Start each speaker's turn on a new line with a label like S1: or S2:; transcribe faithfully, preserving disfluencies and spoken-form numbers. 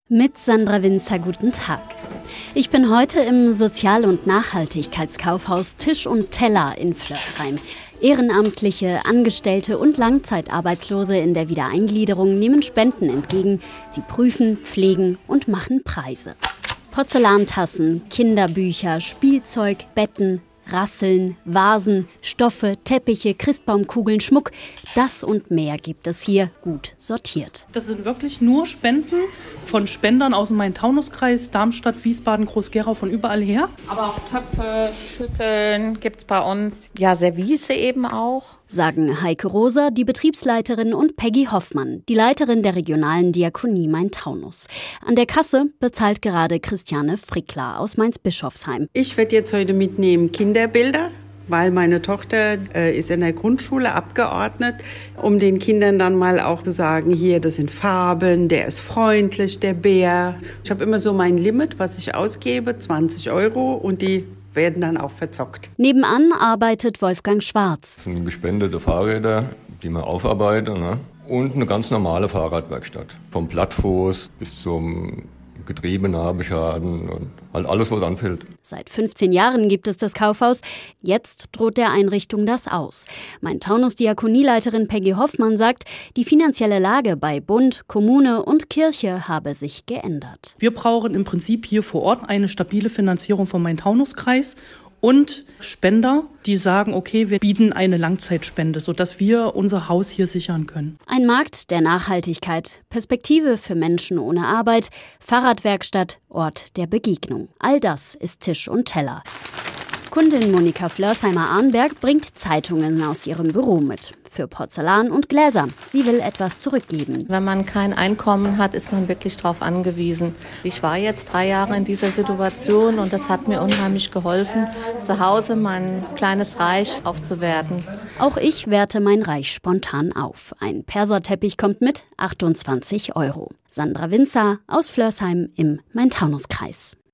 S1: Mit Sandra Winzer, guten Tag. Ich bin heute im Sozial- und Nachhaltigkeitskaufhaus Tisch und Teller in Flörsheim. Ehrenamtliche, Angestellte und Langzeitarbeitslose in der Wiedereingliederung nehmen Spenden entgegen. Sie prüfen, pflegen und machen Preise. Porzellantassen, Kinderbücher, Spielzeug, Betten, Rasseln, Vasen, Stoffe, Teppiche, Christbaumkugeln, Schmuck. Das und mehr gibt es hier gut sortiert.
S2: Das sind wirklich nur Spenden von Spendern aus dem Main-Taunus-Kreis, Darmstadt, Wiesbaden, Groß-Gerau, von überall her.
S3: Aber auch Töpfe, Schüsseln gibt's bei uns. Ja, Service eben auch.
S1: Sagen Heike Rosa, die Betriebsleiterin, und Peggy Hoffmann, die Leiterin der regionalen Diakonie Main-Taunus. An der Kasse bezahlt gerade Christiane Frickler aus Mainz-Bischofsheim.
S4: Ich werde jetzt heute mitnehmen Kinderbilder, weil meine Tochter äh, ist in der Grundschule abgeordnet, um den Kindern dann mal auch zu sagen, hier, das sind Farben, der ist freundlich, der Bär. Ich habe immer so mein Limit, was ich ausgebe, zwanzig Euro, und die werden dann auch verzockt.
S1: Nebenan arbeitet Wolfgang Schwarz.
S5: Das sind gespendete Fahrräder, die man aufarbeitet, ne? Und eine ganz normale Fahrradwerkstatt. Vom Plattfuß bis zum Getriebe-Nahbeschaden und halt alles, was anfällt.
S1: Seit fünfzehn Jahren gibt es das Kaufhaus. Jetzt droht der Einrichtung das aus. Main-Taunus-Diakonieleiterin Peggy Hoffmann sagt, die finanzielle Lage bei Bund, Kommune und Kirche habe sich geändert.
S2: Wir brauchen im Prinzip hier vor Ort eine stabile Finanzierung vom Main-Taunus-Kreis und Spender, die sagen, okay, wir bieten eine Langzeitspende, sodass wir unser Haus hier sichern können.
S1: Ein Markt der Nachhaltigkeit, Perspektive für Menschen ohne Arbeit, Fahrradwerkstatt, Ort der Begegnung. All das ist Tisch und Teller. Kundin Monika Flörsheimer-Arnberg bringt Zeitungen aus ihrem Büro mit. Für Porzellan und Gläser. Sie will etwas zurückgeben.
S6: Wenn man kein Einkommen hat, ist man wirklich darauf angewiesen. Ich war jetzt drei Jahre in dieser Situation und das hat mir unheimlich geholfen, zu Hause mein kleines Reich aufzuwerten.
S1: Auch ich werte mein Reich spontan auf. Ein Perserteppich kommt mit achtundzwanzig Euro. Sandra Winzer aus Flörsheim im Main-Taunus-Kreis.